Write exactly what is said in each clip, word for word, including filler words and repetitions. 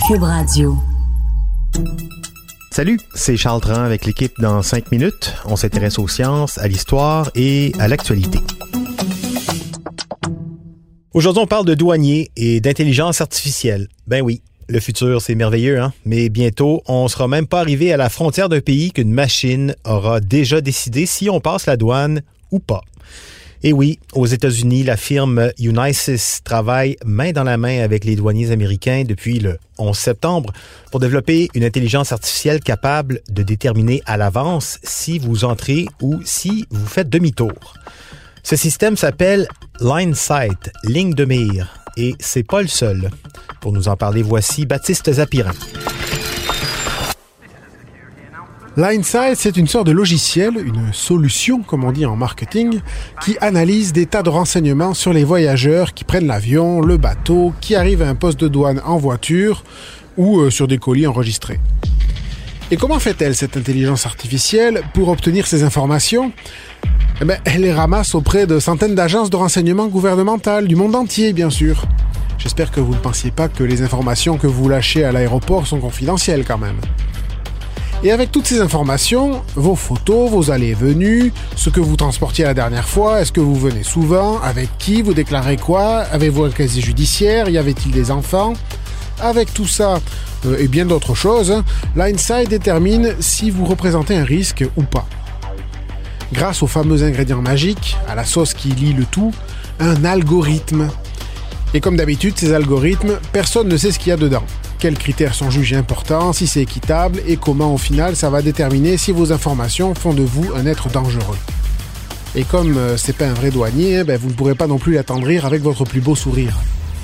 Cube Radio. Salut, c'est Charles Tran avec l'équipe dans cinq minutes. On s'intéresse aux sciences, à l'histoire et à l'actualité. Aujourd'hui, on parle de douaniers et d'intelligence artificielle. Ben oui, le futur, c'est merveilleux, hein? Mais bientôt, on sera même pas arrivé à la frontière d'un pays qu'une machine aura déjà décidé si on passe la douane ou pas. Et oui, aux États-Unis, la firme Unisys travaille main dans la main avec les douaniers américains depuis le onze septembre pour développer une intelligence artificielle capable de déterminer à l'avance si vous entrez ou si vous faites demi-tour. Ce système s'appelle Line Sight, ligne de mire, et c'est pas le seul. Pour nous en parler, voici Baptiste Zapirin. Line Sight, c'est une sorte de logiciel, une solution, comme on dit en marketing, qui analyse des tas de renseignements sur les voyageurs qui prennent l'avion, le bateau, qui arrivent à un poste de douane en voiture ou euh, sur des colis enregistrés. Et comment fait-elle, cette intelligence artificielle, pour obtenir ces informations ? Eh bien, elle les ramasse auprès de centaines d'agences de renseignement gouvernementales, du monde entier, bien sûr. J'espère que vous ne pensiez pas que les informations que vous lâchez à l'aéroport sont confidentielles, quand même. Et avec toutes ces informations, vos photos, vos allées et venues, ce que vous transportiez la dernière fois, est-ce que vous venez souvent, avec qui, vous déclarez quoi, avez-vous un casier judiciaire, y avait-il des enfants ? Avec tout ça euh, et bien d'autres choses, Line Sight détermine si vous représentez un risque ou pas. Grâce aux fameux ingrédients magiques, à la sauce qui lie le tout, un algorithme. Et comme d'habitude, ces algorithmes, personne ne sait ce qu'il y a dedans. Quels critères sont jugés importants, si c'est équitable, et comment au final ça va déterminer si vos informations font de vous un être dangereux. Et comme euh, c'est pas un vrai douanier, ben, vous ne pourrez pas non plus l'attendrir avec votre plus beau sourire.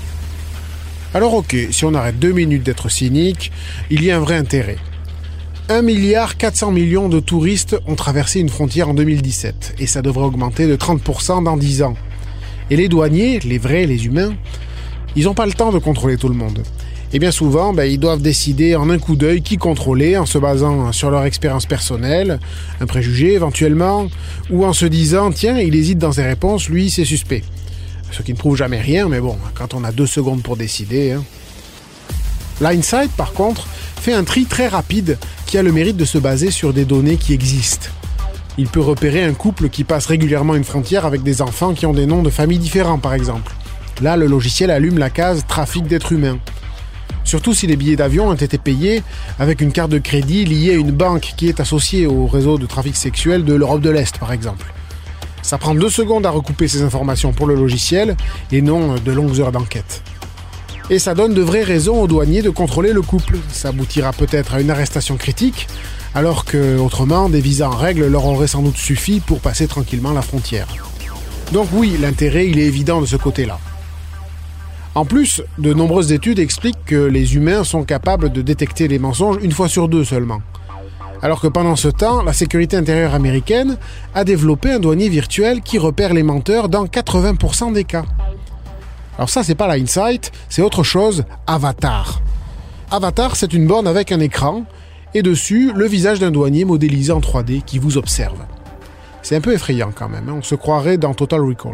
Alors ok, si on arrête deux minutes d'être cynique, il y a un vrai intérêt. un milliard quatre cents millions de touristes ont traversé une frontière en deux mille dix-sept, et ça devrait augmenter de trente pour cent dans dix ans. Et les douaniers, les vrais, les humains, ils n'ont pas le temps de contrôler tout le monde. Et bien souvent, ben, ils doivent décider en un coup d'œil qui contrôler, en se basant sur leur expérience personnelle, un préjugé éventuellement, ou en se disant « Tiens, il hésite dans ses réponses, lui, c'est suspect ». Ce qui ne prouve jamais rien, mais bon, quand on a deux secondes pour décider... Hein. Line Sight, par contre, fait un tri très rapide qui a le mérite de se baser sur des données qui existent. Il peut repérer un couple qui passe régulièrement une frontière avec des enfants qui ont des noms de familles différents, par exemple. Là, le logiciel allume la case « Trafic d'êtres humains ». Surtout si les billets d'avion ont été payés avec une carte de crédit liée à une banque qui est associée au réseau de trafic sexuel de l'Europe de l'Est, par exemple. Ça prend deux secondes à recouper ces informations pour le logiciel et non de longues heures d'enquête. Et ça donne de vraies raisons aux douaniers de contrôler le couple. Ça aboutira peut-être à une arrestation critique, alors que, autrement, des visas en règle leur auraient sans doute suffi pour passer tranquillement la frontière. Donc oui, l'intérêt, il est évident de ce côté-là. En plus, de nombreuses études expliquent que les humains sont capables de détecter les mensonges une fois sur deux seulement. Alors que pendant ce temps, la sécurité intérieure américaine a développé un douanier virtuel qui repère les menteurs dans quatre-vingts pour cent des cas. Alors ça, c'est pas Line Sight, c'est autre chose, Avatar. Avatar, c'est une borne avec un écran, et dessus, le visage d'un douanier modélisé en trois D qui vous observe. C'est un peu effrayant quand même, hein, on se croirait dans Total Recall.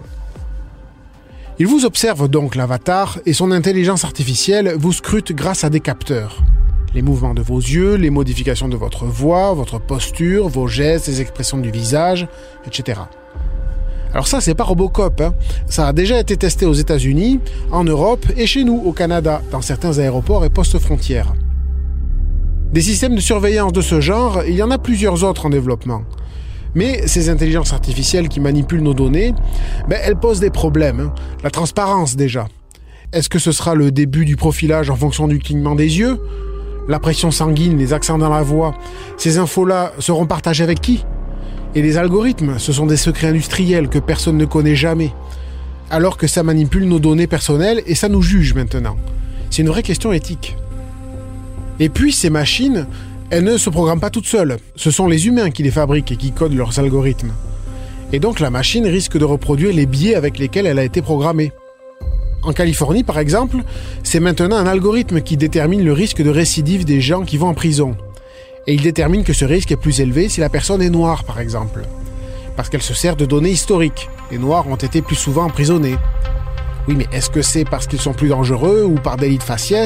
Il vous observe donc, l'avatar, et son intelligence artificielle vous scrute grâce à des capteurs. Les mouvements de vos yeux, les modifications de votre voix, votre posture, vos gestes, les expressions du visage, et cetera. Alors ça, c'est pas Robocop, hein. Ça a déjà été testé aux États-Unis, en Europe et chez nous, au Canada, dans certains aéroports et postes frontières. Des systèmes de surveillance de ce genre, il y en a plusieurs autres en développement. Mais ces intelligences artificielles qui manipulent nos données, ben, elles posent des problèmes. Hein. La transparence déjà. Est-ce que ce sera le début du profilage en fonction du clignement des yeux ? La pression sanguine, les accents dans la voix, ces infos-là seront partagées avec qui ? Et les algorithmes, ce sont des secrets industriels que personne ne connaît jamais. Alors que ça manipule nos données personnelles et ça nous juge maintenant. C'est une vraie question éthique. Et puis ces machines... elles ne se programment pas toutes seules. Ce sont les humains qui les fabriquent et qui codent leurs algorithmes. Et donc la machine risque de reproduire les biais avec lesquels elle a été programmée. En Californie, par exemple, c'est maintenant un algorithme qui détermine le risque de récidive des gens qui vont en prison. Et il détermine que ce risque est plus élevé si la personne est noire, par exemple. Parce qu'elle se sert de données historiques. Les noirs ont été plus souvent emprisonnés. Oui, mais est-ce que c'est parce qu'ils sont plus dangereux ou par délit de faciès ?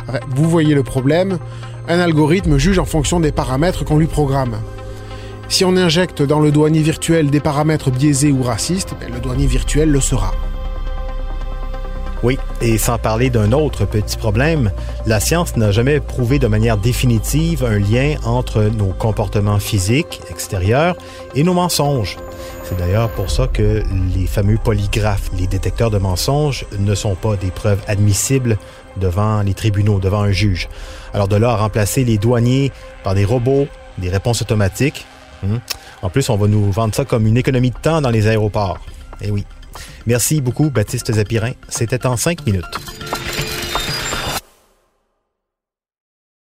Vous voyez le problème, un algorithme juge en fonction des paramètres qu'on lui programme. Si on injecte dans le douanier virtuel des paramètres biaisés ou racistes, ben le douanier virtuel le sera. Oui, et sans parler d'un autre petit problème, la science n'a jamais prouvé de manière définitive un lien entre nos comportements physiques extérieurs et nos mensonges. C'est d'ailleurs pour ça que les fameux polygraphes, les détecteurs de mensonges, ne sont pas des preuves admissibles devant les tribunaux, devant un juge. Alors de là à remplacer les douaniers par des robots, des réponses automatiques. Hum. En plus, on va nous vendre ça comme une économie de temps dans les aéroports. Eh oui. Merci beaucoup, Baptiste Zapirin. C'était en cinq minutes.